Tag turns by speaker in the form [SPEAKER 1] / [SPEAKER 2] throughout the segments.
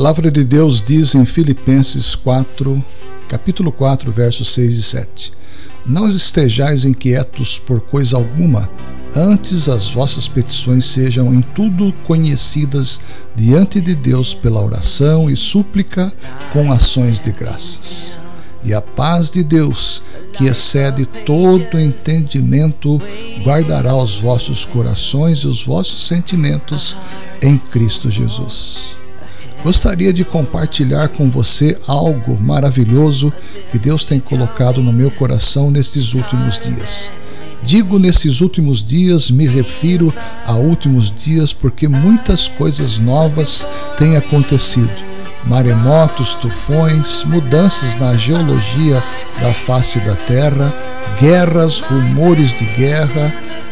[SPEAKER 1] palavra de Deus diz em Filipenses 4, capítulo 4, versos 6 e 7: Não estejais inquietos por coisa alguma, antes as vossas petições sejam em tudo conhecidas diante de Deus pela oração e súplica com ações de graças. E a paz de Deus, que excede todo entendimento, guardará os vossos corações e os vossos sentimentos em Cristo Jesus. Gostaria de compartilhar com você algo maravilhoso que Deus tem colocado no meu coração nestes últimos dias. Digo nesses últimos dias, me refiro a últimos dias porque muitas coisas novas têm acontecido. Maremotos, tufões, mudanças na geologia da face da terra, guerras, rumores de guerra,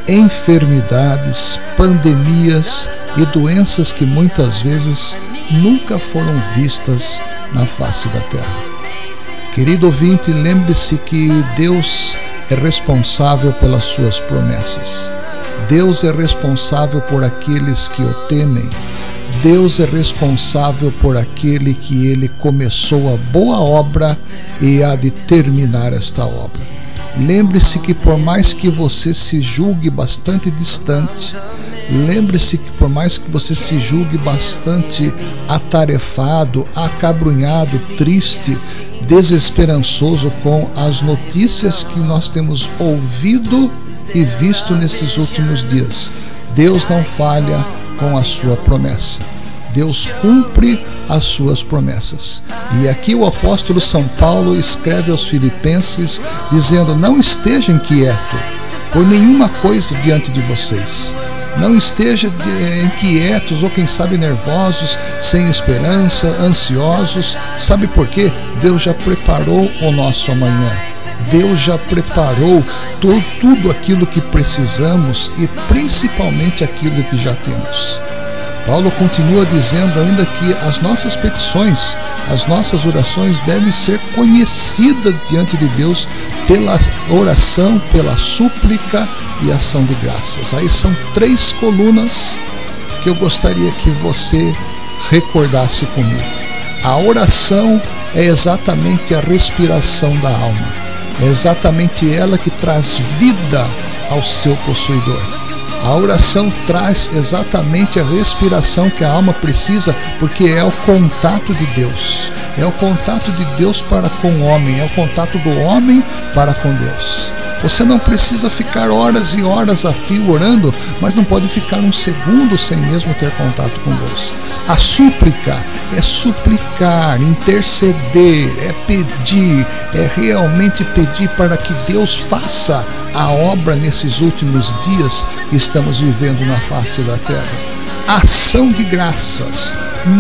[SPEAKER 1] enfermidades, pandemias e doenças que muitas vezes nunca foram vistas na face da terra. Querido ouvinte, lembre-se que Deus é responsável pelas suas promessas. Deus é responsável por aqueles que o temem. Deus é responsável por aquele que Ele começou a boa obra e há de terminar esta obra. Lembre-se que por mais que você se julgue bastante distante, lembre-se que por mais que você se julgue bastante atarefado, acabrunhado, triste, desesperançoso com as notícias que nós temos ouvido e visto nesses últimos dias, Deus não falha com a sua promessa. Deus cumpre as suas promessas. E aqui o apóstolo São Paulo escreve aos Filipenses dizendo: não estejam inquietos por nenhuma coisa diante de vocês. Não estejam inquietos ou quem sabe nervosos, sem esperança, ansiosos. Sabe por quê? Deus já preparou o nosso amanhã. Deus já preparou tudo aquilo que precisamos e principalmente aquilo que já temos. Paulo continua dizendo ainda que as nossas petições, as nossas orações devem ser conhecidas diante de Deus pela oração, pela súplica e ação de graças. Aí são 3 colunas que eu gostaria que você recordasse comigo. A oração é exatamente a respiração da alma. É exatamente ela que traz vida ao seu possuidor. A oração traz exatamente a respiração que a alma precisa, porque é o contato de Deus. É o contato de Deus para com o homem, é o contato do homem para com Deus. Você não precisa ficar horas e horas a fio orando, mas não pode ficar um segundo sem mesmo ter contato com Deus. A súplica é suplicar, interceder, é pedir, é realmente pedir para que Deus faça a obra nesses últimos dias que estamos vivendo na face da terra. Ação de graças.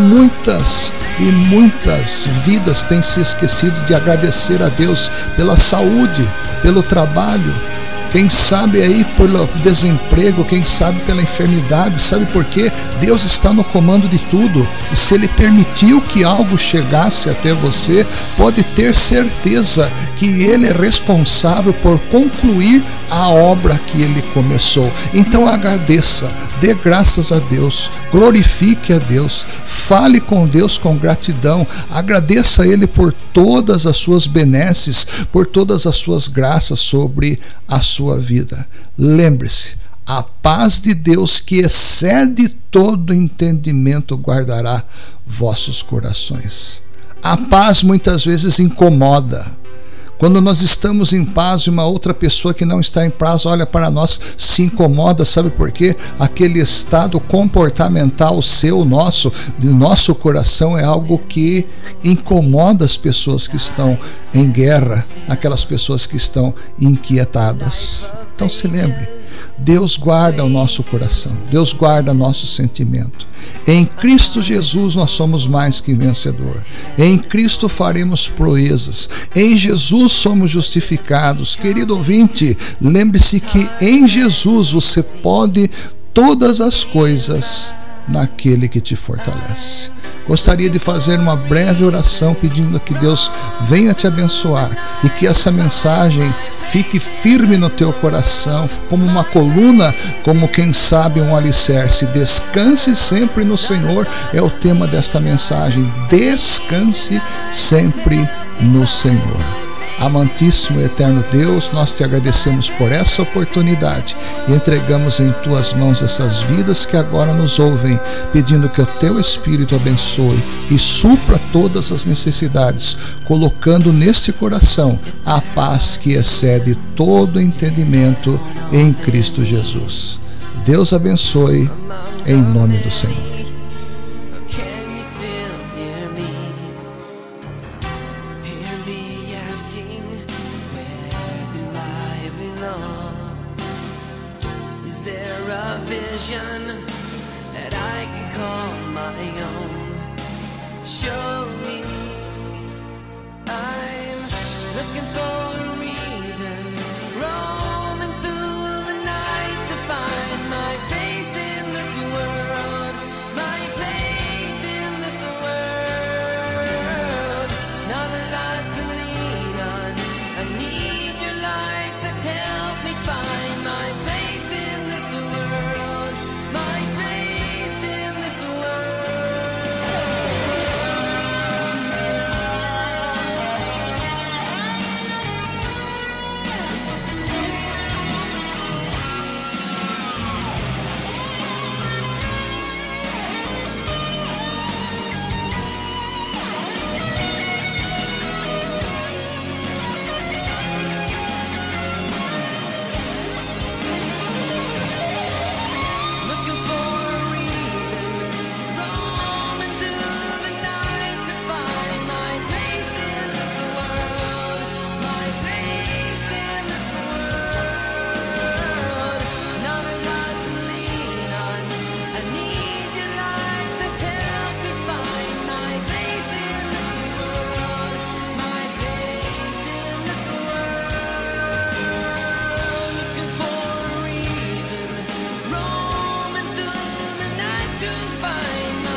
[SPEAKER 1] Muitas e muitas vidas têm se esquecido de agradecer a Deus pela saúde, pelo trabalho, quem sabe aí pelo desemprego, quem sabe pela enfermidade. Sabe por quê? Deus está no comando de tudo, e se Ele permitiu que algo chegasse até você, pode ter certeza que Ele é responsável por concluir a obra que Ele começou. Então agradeça, dê graças a Deus, glorifique a Deus, fale com Deus com gratidão, agradeça a Ele por todas as suas benesses, por todas as suas graças sobre a sua vida. Lembre-se, a paz de Deus que excede todo entendimento guardará vossos corações. A paz muitas vezes incomoda. Quando nós estamos em paz e uma outra pessoa que não está em paz olha para nós, se incomoda. Sabe por quê? Aquele estado comportamental seu, de nosso coração, é algo que incomoda as pessoas que estão em guerra, aquelas pessoas que estão inquietadas. Então se lembre, Deus guarda o nosso coração, Deus guarda nosso sentimento. Em Cristo Jesus nós somos mais que vencedor. Em Cristo faremos proezas. Em Jesus somos justificados. Querido ouvinte, lembre-se que em Jesus você pode todas as coisas naquele que te fortalece. Gostaria de fazer uma breve oração pedindo que Deus venha te abençoar e que essa mensagem fique firme no teu coração, como uma coluna, como quem sabe um alicerce. Descanse sempre no Senhor, é o tema desta mensagem. Descanse sempre no Senhor. Amantíssimo e eterno Deus, nós te agradecemos por essa oportunidade e entregamos em tuas mãos essas vidas que agora nos ouvem, pedindo que o teu Espírito abençoe e supra todas as necessidades, colocando neste coração a paz que excede todo entendimento em Cristo Jesus. Deus abençoe, em nome do Senhor.
[SPEAKER 2] That I can call my own. Show me. I'm looking for a reason, roaming through the night to find my place in this world, my place in this world. Not a lot to lean on, I need your light to help me find my place in this world, my place in this find my